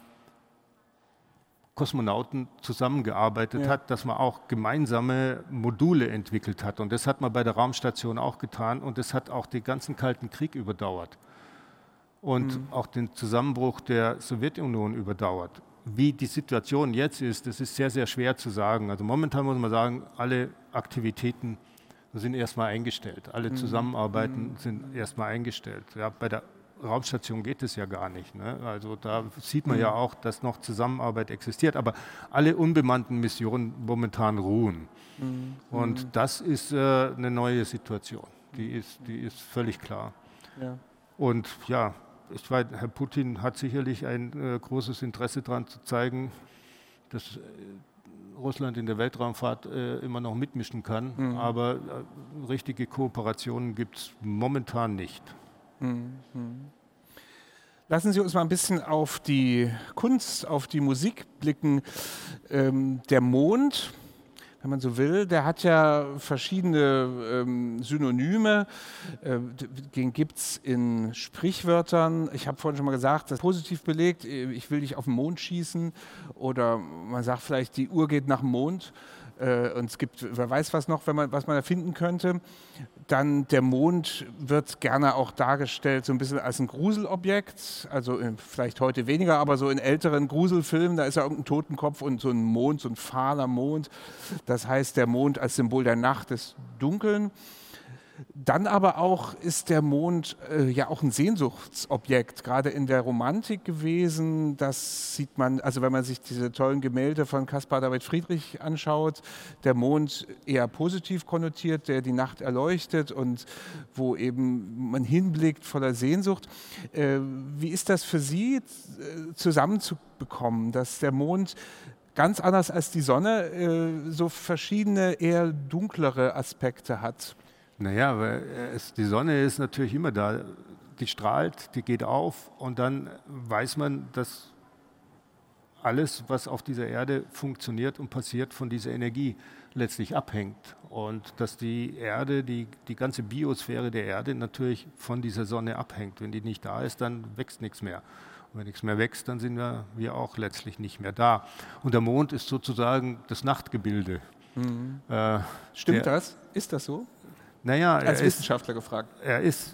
Kosmonauten zusammengearbeitet ja. hat, dass man auch gemeinsame Module entwickelt hat. Und das hat man bei der Raumstation auch getan und das hat auch den ganzen Kalten Krieg überdauert und mhm. auch den Zusammenbruch der Sowjetunion überdauert. Wie die Situation jetzt ist, das ist sehr, sehr schwer zu sagen. Also momentan muss man sagen, alle Aktivitäten sind erstmal eingestellt. Alle Zusammenarbeiten mhm. sind erstmal eingestellt. Ja, bei der Raumstation geht es ja gar nicht. Ne? Also da sieht man mhm. ja auch, dass noch Zusammenarbeit existiert. Aber alle unbemannten Missionen momentan ruhen. Mhm. Und das ist äh, eine neue Situation. Die ist, die ist völlig klar. Ja. Und ja, ich weiß, Herr Putin hat sicherlich ein äh, großes Interesse daran zu zeigen, dass äh, Russland in der Weltraumfahrt äh, immer noch mitmischen kann, mhm. aber äh, richtige Kooperationen gibt es momentan nicht. Mhm. Lassen Sie uns mal ein bisschen auf die Kunst, auf die Musik blicken. Ähm, der Mond, wenn man so will, der hat ja verschiedene ähm, Synonyme, äh, den gibt es in Sprichwörtern. Ich habe vorhin schon mal gesagt, das ist positiv belegt, ich will dich auf den Mond schießen, oder man sagt vielleicht, die Uhr geht nach dem Mond. Äh, und es gibt, wer weiß was noch, wenn man, was man erfinden könnte. Dann der Mond wird gerne auch dargestellt so ein bisschen als ein Gruselobjekt, also äh, vielleicht heute weniger, aber so in älteren Gruselfilmen, da ist ja irgendein Totenkopf und so ein Mond, so ein fahler Mond. Das heißt, der Mond als Symbol der Nacht, des Dunkeln. Dann aber auch ist der Mond äh, ja auch ein Sehnsuchtsobjekt, gerade in der Romantik gewesen. Das sieht man, also wenn man sich diese tollen Gemälde von Caspar David Friedrich anschaut, der Mond eher positiv konnotiert, der die Nacht erleuchtet und wo eben man hinblickt voller Sehnsucht. Äh, wie ist das für Sie äh, zusammenzubekommen, dass der Mond ganz anders als die Sonne äh, so verschiedene, eher dunklere Aspekte hat? Naja, weil es, die Sonne ist natürlich immer da. Die strahlt, die geht auf und dann weiß man, dass alles, was auf dieser Erde funktioniert und passiert, von dieser Energie letztlich abhängt. Und dass die Erde, die, die ganze Biosphäre der Erde natürlich von dieser Sonne abhängt. Wenn die nicht da ist, dann wächst nichts mehr. Und wenn nichts mehr wächst, dann sind wir, wir auch letztlich nicht mehr da. Und der Mond ist sozusagen das Nachtgebilde. Mhm. Äh, Stimmt der, das? Ist das so? Naja, als Wissenschaftler ist, gefragt. Er ist,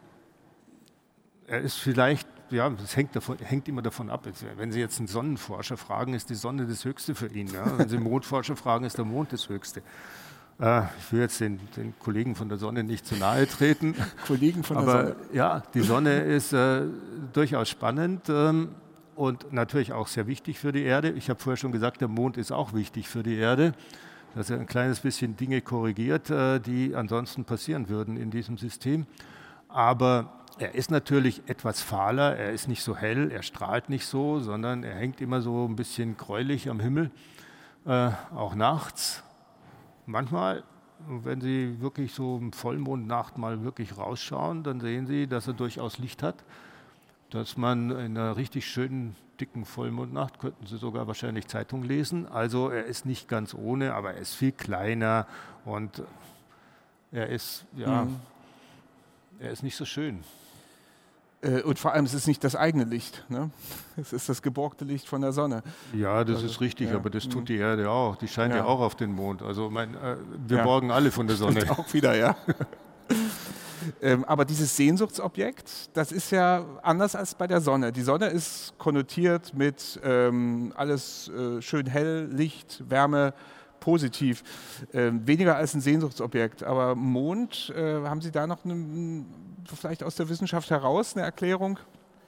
er ist vielleicht, ja, das hängt, davon, hängt immer davon ab. Wenn Sie jetzt einen Sonnenforscher fragen, ist die Sonne das Höchste für ihn. Ja? Wenn Sie einen Mondforscher fragen, ist der Mond das Höchste. Äh, ich will jetzt den, den Kollegen von der Sonne nicht zu nahe treten. Kollegen von aber, der Sonne. Ja, die Sonne ist äh, durchaus spannend ähm, und natürlich auch sehr wichtig für die Erde. Ich habe vorher schon gesagt, der Mond ist auch wichtig für die Erde, dass er ein kleines bisschen Dinge korrigiert, die ansonsten passieren würden in diesem System. Aber er ist natürlich etwas fahler, er ist nicht so hell, er strahlt nicht so, sondern er hängt immer so ein bisschen gräulich am Himmel, äh, auch nachts. Manchmal, wenn Sie wirklich so im Vollmondnacht mal wirklich rausschauen, dann sehen Sie, dass er durchaus Licht hat, dass man in einer richtig schönen, dicken Vollmondnacht, könnten Sie sogar wahrscheinlich Zeitung lesen. Also er ist nicht ganz ohne, aber er ist viel kleiner und er ist, ja, mhm. er ist nicht so schön. Äh, und vor allem, es ist nicht das eigene Licht, ne? Es ist das geborgte Licht von der Sonne. Ja, das also, ist richtig, ja. aber das tut die Erde auch. Die scheint ja, ja auch auf den Mond. Also mein, äh, wir ja. borgen alle von der Sonne. Auch wieder, ja. Ähm, aber dieses Sehnsuchtsobjekt, das ist ja anders als bei der Sonne. Die Sonne ist konnotiert mit ähm, alles äh, schön hell, Licht, Wärme, positiv. Ähm, weniger als ein Sehnsuchtsobjekt. Aber Mond, äh, haben Sie da noch eine, vielleicht aus der Wissenschaft heraus eine Erklärung?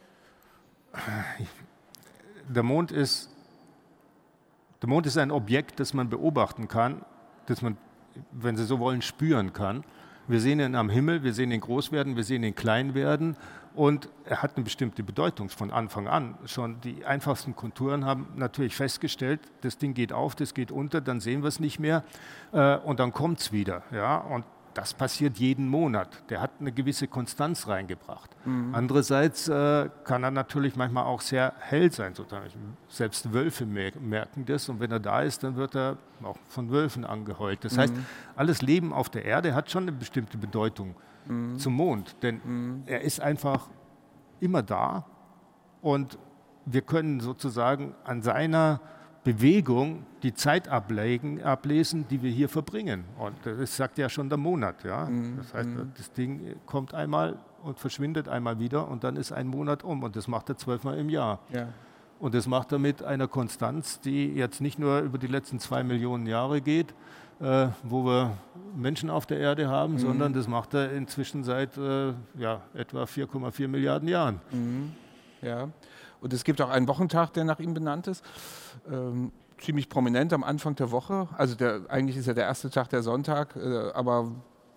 Der Mond ist, der Mond ist ein Objekt, das man beobachten kann, das man, wenn Sie so wollen, spüren kann. Wir sehen ihn am Himmel, wir sehen ihn groß werden, wir sehen ihn klein werden und er hat eine bestimmte Bedeutung von Anfang an. Schon die einfachsten Konturen haben natürlich festgestellt, das Ding geht auf, das geht unter, dann sehen wir es nicht mehr äh, und dann kommt es wieder. Ja? Und das passiert jeden Monat. Der hat eine gewisse Konstanz reingebracht. Mhm. Andererseits äh, kann er natürlich manchmal auch sehr hell sein. Sozusagen. Selbst Wölfe merken das und wenn er da ist, dann wird er auch von Wölfen angeheult. Das mhm. heißt, alles Leben auf der Erde hat schon eine bestimmte Bedeutung mhm. zum Mond, denn mhm. er ist einfach immer da und wir können sozusagen an seiner Bewegung die Zeit ablegen, ablesen, die wir hier verbringen. Und das sagt ja schon der Monat. Ja? Mm, das heißt, mm. das Ding kommt einmal und verschwindet einmal wieder und dann ist ein Monat um. Und das macht er zwölfmal im Jahr. Ja. Und das macht er mit einer Konstanz, die jetzt nicht nur über die letzten zwei Millionen Jahre geht, äh, wo wir Menschen auf der Erde haben, mm. sondern das macht er inzwischen seit äh, ja, etwa vier Komma vier Milliarden Jahren. Mm. Ja. Und es gibt auch einen Wochentag, der nach ihm benannt ist. Ähm, ziemlich prominent am Anfang der Woche. Also der, eigentlich ist ja der erste Tag der Sonntag, äh, aber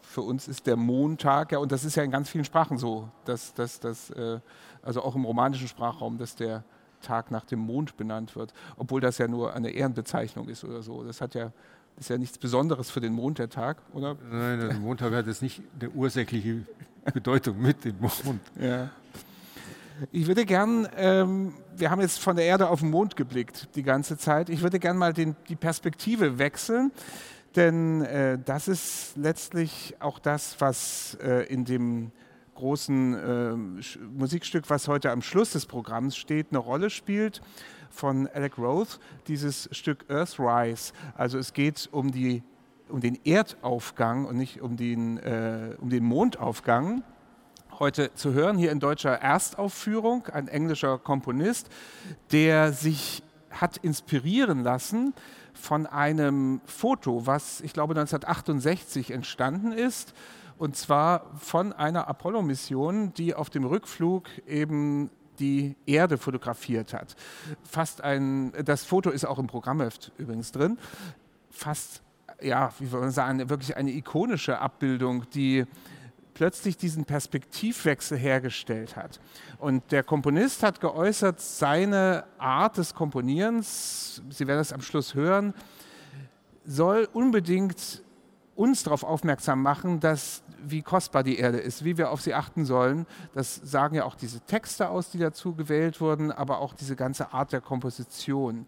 für uns ist der Montag, ja, und das ist ja in ganz vielen Sprachen so, dass, dass, dass, äh, also auch im romanischen Sprachraum, dass der Tag nach dem Mond benannt wird, obwohl das ja nur eine Ehrenbezeichnung ist oder so. Das hat ja, ist ja nichts Besonderes für den Mond, der Tag, oder? Nein, der Montag hat jetzt nicht eine ursächliche Bedeutung mit dem Mond. Ja. Ich würde gern, ähm, wir haben jetzt von der Erde auf den Mond geblickt die ganze Zeit, ich würde gern mal den, die Perspektive wechseln, denn äh, das ist letztlich auch das, was äh, in dem großen äh, Musikstück, was heute am Schluss des Programms steht, eine Rolle spielt, von Alec Roth, dieses Stück Earthrise. Also es geht um, die, um den Erdaufgang und nicht um den, äh, um den Mondaufgang. Heute zu hören, hier in deutscher Erstaufführung, ein englischer Komponist, der sich hat inspirieren lassen von einem Foto, was ich glaube neunzehnhundertachtundsechzig entstanden ist, und zwar von einer Apollo-Mission, die auf dem Rückflug eben die Erde fotografiert hat. Fast ein, das Foto ist auch im Programmheft übrigens drin, fast, ja, wie soll man sagen, wirklich eine ikonische Abbildung, die plötzlich diesen Perspektivwechsel hergestellt hat. Und der Komponist hat geäußert, seine Art des Komponierens, Sie werden es am Schluss hören, soll unbedingt uns darauf aufmerksam machen, dass, wie kostbar die Erde ist, wie wir auf sie achten sollen. Das sagen ja auch diese Texte aus, die dazu gewählt wurden, aber auch diese ganze Art der Komposition.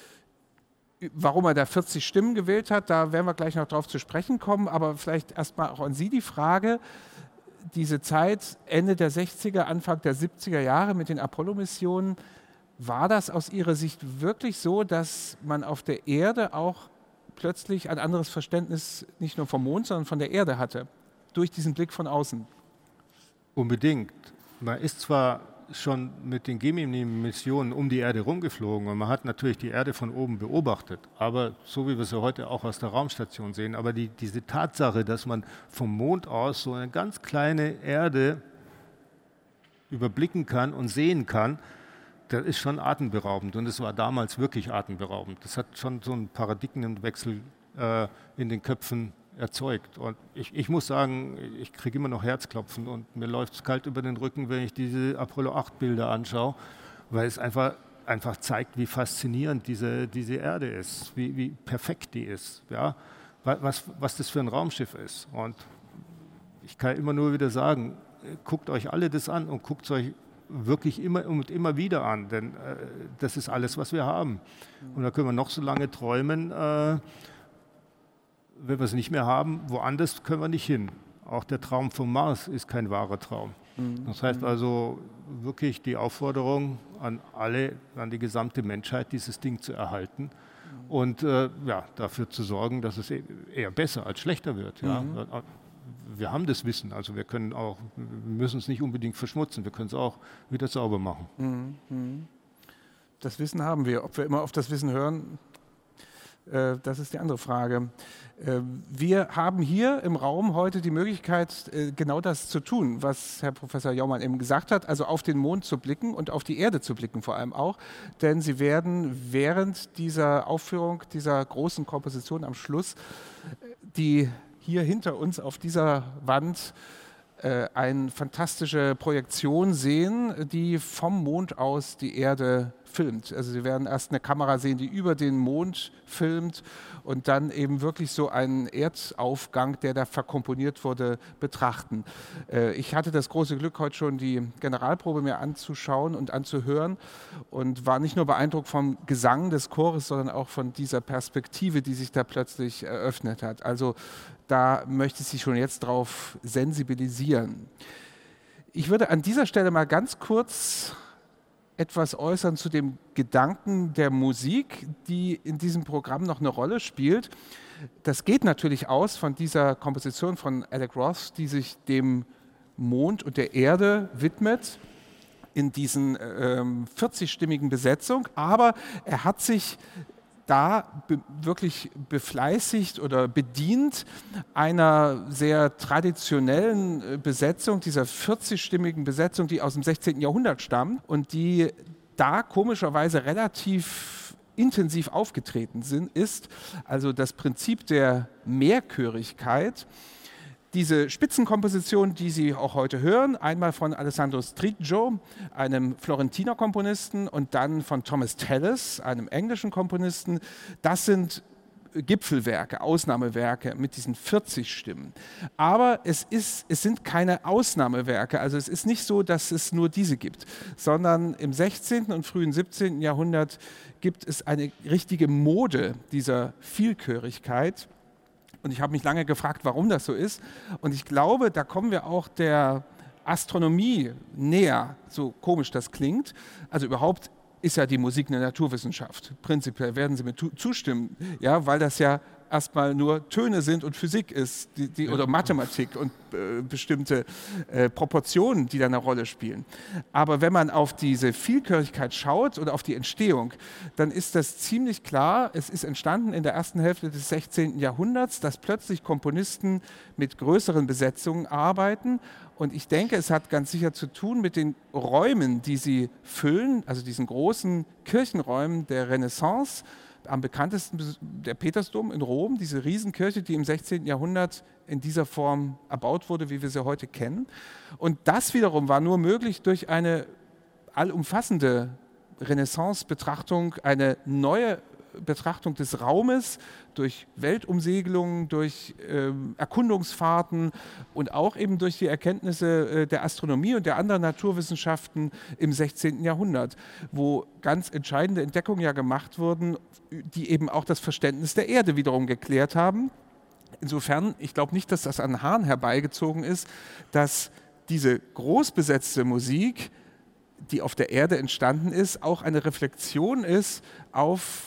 Warum er da vierzig Stimmen gewählt hat, da werden wir gleich noch drauf zu sprechen kommen, aber vielleicht erstmal auch an Sie die Frage, diese Zeit, Ende der sechziger, Anfang der siebziger Jahre mit den Apollo-Missionen, war das aus Ihrer Sicht wirklich so, dass man auf der Erde auch plötzlich ein anderes Verständnis nicht nur vom Mond, sondern von der Erde hatte, durch diesen Blick von außen? Unbedingt. Man ist zwar schon mit den Gemini-Missionen um die Erde rumgeflogen und man hat natürlich die Erde von oben beobachtet, aber so wie wir sie heute auch aus der Raumstation sehen, aber die, diese Tatsache, dass man vom Mond aus so eine ganz kleine Erde überblicken kann und sehen kann, das ist schon atemberaubend und es war damals wirklich atemberaubend. Das hat schon so einen Paradigmenwechsel äh, in den Köpfen erzeugt. Und ich, ich muss sagen, ich kriege immer noch Herzklopfen und mir läuft es kalt über den Rücken, wenn ich diese Apollo acht Bilder anschaue, weil es einfach, einfach zeigt, wie faszinierend diese, diese Erde ist, wie, wie perfekt die ist, ja? was, was das für ein Raumschiff ist. Und ich kann immer nur wieder sagen, guckt euch alle das an und guckt es euch wirklich immer und immer wieder an, denn äh, das ist alles, was wir haben. Und da können wir noch so lange träumen, äh, wenn wir es nicht mehr haben, woanders können wir nicht hin. Auch der Traum vom Mars ist kein wahrer Traum. Mhm. Das heißt also wirklich die Aufforderung an alle, an die gesamte Menschheit, dieses Ding zu erhalten mhm. und äh, ja, dafür zu sorgen, dass es eher besser als schlechter wird. Ja? Mhm. Wir haben das Wissen, also wir können auch, wir müssen es nicht unbedingt verschmutzen, wir können es auch wieder sauber machen. Mhm. Das Wissen haben wir. Ob wir immer auf das Wissen hören, das ist die andere Frage. Wir haben hier im Raum heute die Möglichkeit, genau das zu tun, was Herr Professor Jaumann eben gesagt hat, also auf den Mond zu blicken und auf die Erde zu blicken vor allem auch, denn Sie werden während dieser Aufführung, dieser großen Komposition am Schluss, die hier hinter uns auf dieser Wand eine fantastische Projektion sehen, die vom Mond aus die Erde filmt. Also Sie werden erst eine Kamera sehen, die über den Mond filmt und dann eben wirklich so einen Erdaufgang, der da verkomponiert wurde, betrachten. Ich hatte das große Glück, heute schon die Generalprobe mir anzuschauen und anzuhören und war nicht nur beeindruckt vom Gesang des Chores, sondern auch von dieser Perspektive, die sich da plötzlich eröffnet hat. Also da möchte ich Sie schon jetzt drauf sensibilisieren. Ich würde an dieser Stelle mal ganz kurz etwas äußern zu dem Gedanken der Musik, die in diesem Programm noch eine Rolle spielt. Das geht natürlich aus von dieser Komposition von Alec Roth, die sich dem Mond und der Erde widmet, in diesen ähm, vierzig-stimmigen Besetzung, aber er hat sich da be- wirklich befleißigt oder bedient einer sehr traditionellen Besetzung, dieser vierzig-stimmigen Besetzung, die aus dem sechzehnten Jahrhundert stammt und die da komischerweise relativ intensiv aufgetreten sind, ist. Also das Prinzip der Mehrchörigkeit Diese Spitzenkomposition, die Sie auch heute hören, einmal von Alessandro Striggio, einem Florentiner Komponisten, und dann von Thomas Tallis, einem englischen Komponisten, das sind Gipfelwerke, Ausnahmewerke mit diesen vierzig Stimmen. Aber es, ist, es sind keine Ausnahmewerke, also es ist nicht so, dass es nur diese gibt, sondern im sechzehnten und frühen siebzehnten Jahrhundert gibt es eine richtige Mode dieser Vielchörigkeit. Und ich habe mich lange gefragt, warum das so ist. Und ich glaube, da kommen wir auch der Astronomie näher, so komisch das klingt. Also überhaupt ist ja die Musik eine Naturwissenschaft. Prinzipiell werden Sie mir zustimmen, ja, weil das ja erstmal nur Töne sind und Physik ist, die, die, oder Mathematik und äh, bestimmte äh, Proportionen, die da eine Rolle spielen. Aber wenn man auf diese Vielchörigkeit schaut oder auf die Entstehung, dann ist das ziemlich klar. Es ist entstanden in der ersten Hälfte des sechzehnten Jahrhunderts, dass plötzlich Komponisten mit größeren Besetzungen arbeiten. Und ich denke, es hat ganz sicher zu tun mit den Räumen, die sie füllen, also diesen großen Kirchenräumen der Renaissance. Am bekanntesten der Petersdom in Rom, diese Riesenkirche, die im sechzehnten Jahrhundert in dieser Form erbaut wurde, wie wir sie heute kennen. Und das wiederum war nur möglich durch eine allumfassende Renaissance-Betrachtung, eine neue Betrachtung des Raumes, durch Weltumsegelungen, durch äh, Erkundungsfahrten und auch eben durch die Erkenntnisse äh, der Astronomie und der anderen Naturwissenschaften im sechzehnten Jahrhundert, wo ganz entscheidende Entdeckungen ja gemacht wurden, die eben auch das Verständnis der Erde wiederum geklärt haben. Insofern, ich glaube nicht, dass das an Haaren herbeigezogen ist, dass diese großbesetzte Musik, die auf der Erde entstanden ist, auch eine Reflexion ist auf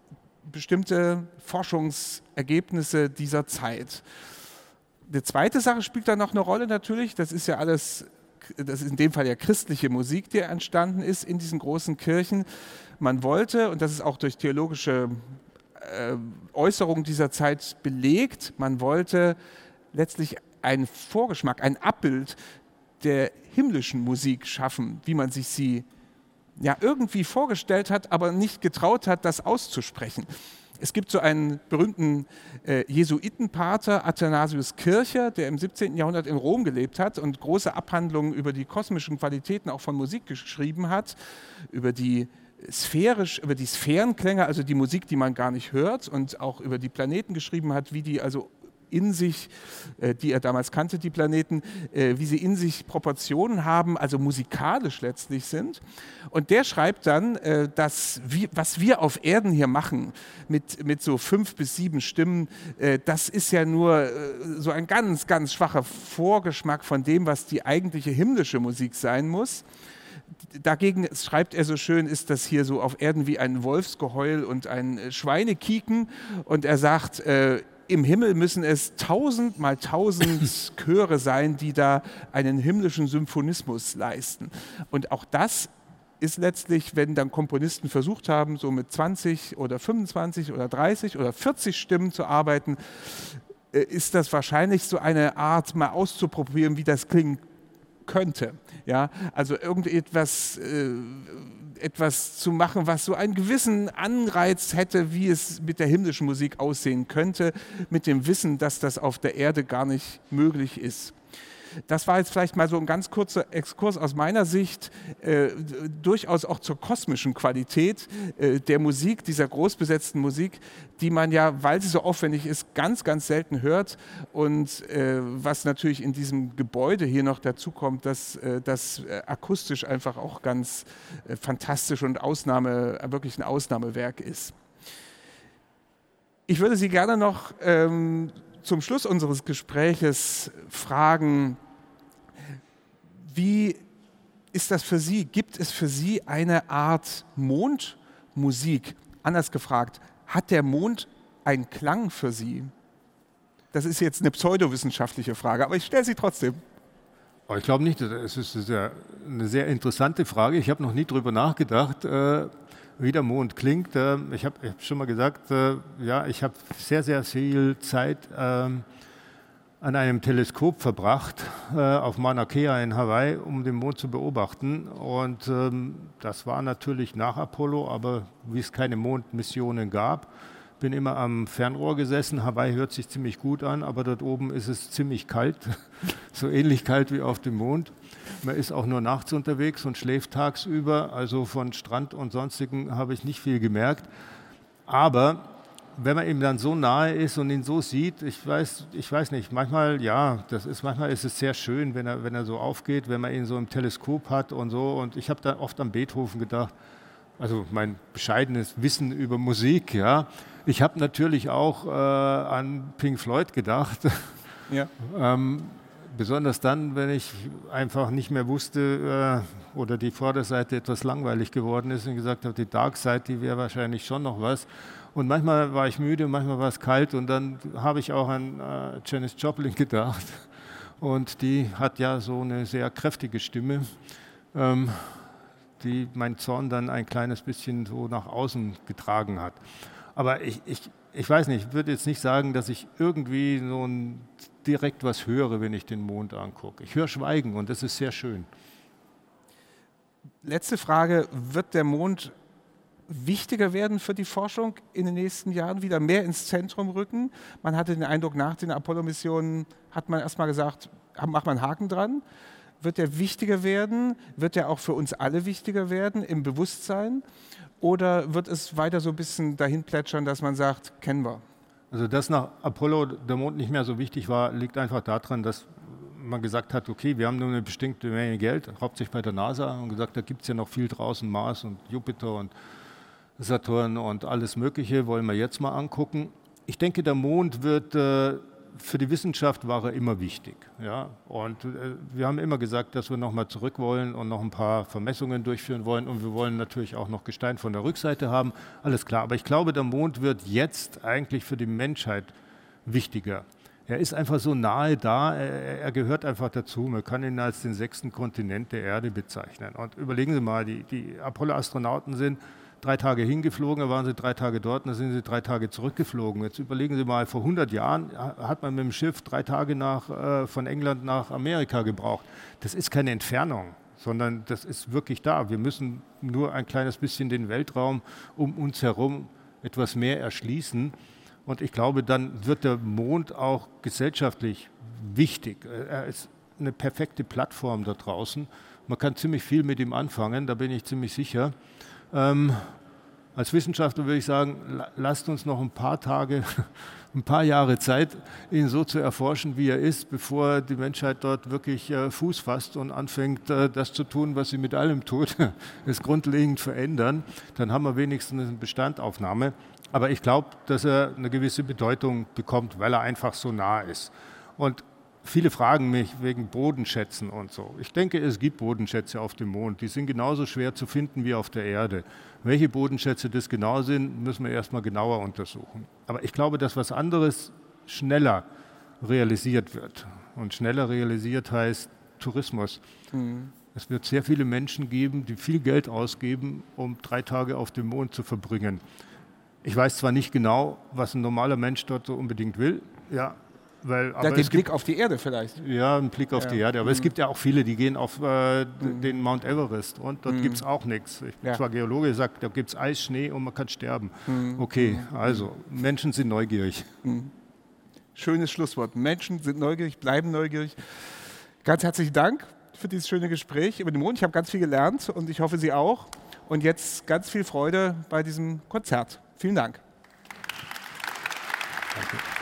bestimmte Forschungsergebnisse dieser Zeit. Eine zweite Sache spielt da noch eine Rolle natürlich, das ist ja alles, das ist in dem Fall ja christliche Musik, die entstanden ist in diesen großen Kirchen. Man wollte, und das ist auch durch theologische äh, Äußerungen dieser Zeit belegt, man wollte letztlich einen Vorgeschmack, ein Abbild der himmlischen Musik schaffen, wie man sich sie ja irgendwie vorgestellt hat, aber nicht getraut hat, das auszusprechen. Es gibt so einen berühmten äh, Jesuitenpater, Athanasius Kircher, der im siebzehnten Jahrhundert in Rom gelebt hat und große Abhandlungen über die kosmischen Qualitäten auch von Musik geschrieben hat, über die sphärisch, über die Sphärenklänge, also die Musik, die man gar nicht hört, und auch über die Planeten geschrieben hat, wie die also in sich, äh, die er damals kannte, die Planeten, äh, wie sie in sich Proportionen haben, also musikalisch letztlich sind. Und der schreibt dann, äh, dass wir, was wir auf Erden hier machen, mit, mit so fünf bis sieben Stimmen, äh, das ist ja nur äh, so ein ganz, ganz schwacher Vorgeschmack von dem, was die eigentliche himmlische Musik sein muss. Dagegen, schreibt er so schön, ist das hier so auf Erden wie ein Wolfsgeheul und ein Schweinekieken. Und er sagt, äh, im Himmel müssen es tausend mal tausend Chöre sein, die da einen himmlischen Symphonismus leisten. Und auch das ist letztlich, wenn dann Komponisten versucht haben, so mit zwanzig oder fünfundzwanzig oder dreißig oder vierzig Stimmen zu arbeiten, ist das wahrscheinlich so eine Art, mal auszuprobieren, wie das klingen könnte. Ja, also irgendetwas äh, etwas zu machen, was so einen gewissen Anreiz hätte, wie es mit der himmlischen Musik aussehen könnte, mit dem Wissen, dass das auf der Erde gar nicht möglich ist. Das war jetzt vielleicht mal so ein ganz kurzer Exkurs aus meiner Sicht, äh, durchaus auch zur kosmischen Qualität äh, der Musik, dieser großbesetzten Musik, die man ja, weil sie so aufwendig ist, ganz, ganz selten hört. Und äh, was natürlich in diesem Gebäude hier noch dazu kommt, dass äh, das äh, akustisch einfach auch ganz äh, fantastisch und Ausnahme, wirklich ein Ausnahmewerk ist. Ich würde Sie gerne noch ähm, zum Schluss unseres Gespräches fragen, wie ist das für Sie? Gibt es für Sie eine Art Mondmusik? Anders gefragt, hat der Mond einen Klang für Sie? Das ist jetzt eine pseudowissenschaftliche Frage, aber ich stelle sie trotzdem. Aber ich glaube nicht, es ist eine sehr interessante Frage. Ich habe noch nie darüber nachgedacht, wie der Mond klingt. Ich habe hab schon mal gesagt, ja, ich habe sehr, sehr viel Zeit ähm, an einem Teleskop verbracht, äh, auf Mauna Kea in Hawaii, um den Mond zu beobachten. Und ähm, das war natürlich nach Apollo, aber wie es keine Mondmissionen gab, bin immer am Fernrohr gesessen. Hawaii hört sich ziemlich gut an, aber dort oben ist es ziemlich kalt, so ähnlich kalt wie auf dem Mond. Man ist auch nur nachts unterwegs und schläft tagsüber, also von Strand und Sonstigen habe ich nicht viel gemerkt. Aber wenn man ihm dann so nahe ist und ihn so sieht, ich weiß, ich weiß nicht, manchmal, ja, das ist, manchmal ist es sehr schön, wenn er, wenn er so aufgeht, wenn man ihn so im Teleskop hat und so. Und ich habe da oft an Beethoven gedacht, also mein bescheidenes Wissen über Musik, ja. Ich habe natürlich auch äh, an Pink Floyd gedacht. Ja. ähm, besonders dann, wenn ich einfach nicht mehr wusste äh, oder die Vorderseite etwas langweilig geworden ist und gesagt habe, die Dark Side, die wäre wahrscheinlich schon noch was. Und manchmal war ich müde, manchmal war es kalt und dann habe ich auch an äh, Janis Joplin gedacht. Und die hat ja so eine sehr kräftige Stimme, ähm, die mein Zorn dann ein kleines bisschen so nach außen getragen hat. Aber ich, ich, ich weiß nicht, ich würde jetzt nicht sagen, dass ich irgendwie so ein, direkt was höre, wenn ich den Mond angucke. Ich höre Schweigen und das ist sehr schön. Letzte Frage, wird der Mond wichtiger werden für die Forschung in den nächsten Jahren, wieder mehr ins Zentrum rücken? Man hatte den Eindruck, nach den Apollo-Missionen hat man erstmal gesagt, macht man einen Haken dran. Wird der wichtiger werden? Wird der auch für uns alle wichtiger werden im Bewusstsein? Oder wird es weiter so ein bisschen dahin plätschern, dass man sagt, kennen wir? Also dass nach Apollo der Mond nicht mehr so wichtig war, liegt einfach daran, dass man gesagt hat, okay, wir haben nur eine bestimmte Menge Geld, hauptsächlich bei der NASA, und gesagt, da gibt es ja noch viel draußen, Mars und Jupiter und Saturn und alles Mögliche, wollen wir jetzt mal angucken. Ich denke, der Mond wird, äh, für die Wissenschaft war er immer wichtig. Ja? Und äh, wir haben immer gesagt, dass wir nochmal zurück wollen und noch ein paar Vermessungen durchführen wollen und wir wollen natürlich auch noch Gestein von der Rückseite haben, alles klar. Aber ich glaube, der Mond wird jetzt eigentlich für die Menschheit wichtiger. Er ist einfach so nahe da, er, er gehört einfach dazu. Man kann ihn als den sechsten Kontinent der Erde bezeichnen. Und überlegen Sie mal, die, die Apollo-Astronauten sind drei Tage hingeflogen, da waren sie drei Tage dort, dann sind sie drei Tage zurückgeflogen. Jetzt überlegen Sie mal, vor hundert Jahren hat man mit dem Schiff drei Tage nach, äh, von England nach Amerika gebraucht. Das ist keine Entfernung, sondern das ist wirklich da. Wir müssen nur ein kleines bisschen den Weltraum um uns herum etwas mehr erschließen. Und ich glaube, dann wird der Mond auch gesellschaftlich wichtig. Er ist eine perfekte Plattform da draußen. Man kann ziemlich viel mit ihm anfangen, da bin ich ziemlich sicher. Ähm, als Wissenschaftler würde ich sagen, la, lasst uns noch ein paar Tage, ein paar Jahre Zeit, ihn so zu erforschen, wie er ist, bevor die Menschheit dort wirklich äh, Fuß fasst und anfängt, äh, das zu tun, was sie mit allem tut, es grundlegend verändern. Dann haben wir wenigstens eine Bestandaufnahme. Aber ich glaube, dass er eine gewisse Bedeutung bekommt, weil er einfach so nah ist. Und viele fragen mich wegen Bodenschätzen und so. Ich denke, es gibt Bodenschätze auf dem Mond. Die sind genauso schwer zu finden wie auf der Erde. Welche Bodenschätze das genau sind, müssen wir erstmal genauer untersuchen. Aber ich glaube, dass was anderes schneller realisiert wird. Und schneller realisiert heißt Tourismus. Mhm. Es wird sehr viele Menschen geben, die viel Geld ausgeben, um drei Tage auf dem Mond zu verbringen. Ich weiß zwar nicht genau, was ein normaler Mensch dort so unbedingt will, ja, Weil, aber ja, den es Blick gibt, auf die Erde vielleicht. Ja, ein Blick auf ja. die Erde. Aber mhm. es gibt ja auch viele, die gehen auf äh, mhm. den Mount Everest und dort mhm. gibt es auch nichts. Ich bin ja. zwar Geologe, ich sage, da gibt es Eis, Schnee und man kann sterben. Mhm. Okay, also Menschen sind neugierig. Mhm. Schönes Schlusswort. Menschen sind neugierig, bleiben neugierig. Ganz herzlichen Dank für dieses schöne Gespräch über den Mond. Ich habe ganz viel gelernt und ich hoffe, Sie auch. Und jetzt ganz viel Freude bei diesem Konzert. Vielen Dank. Danke.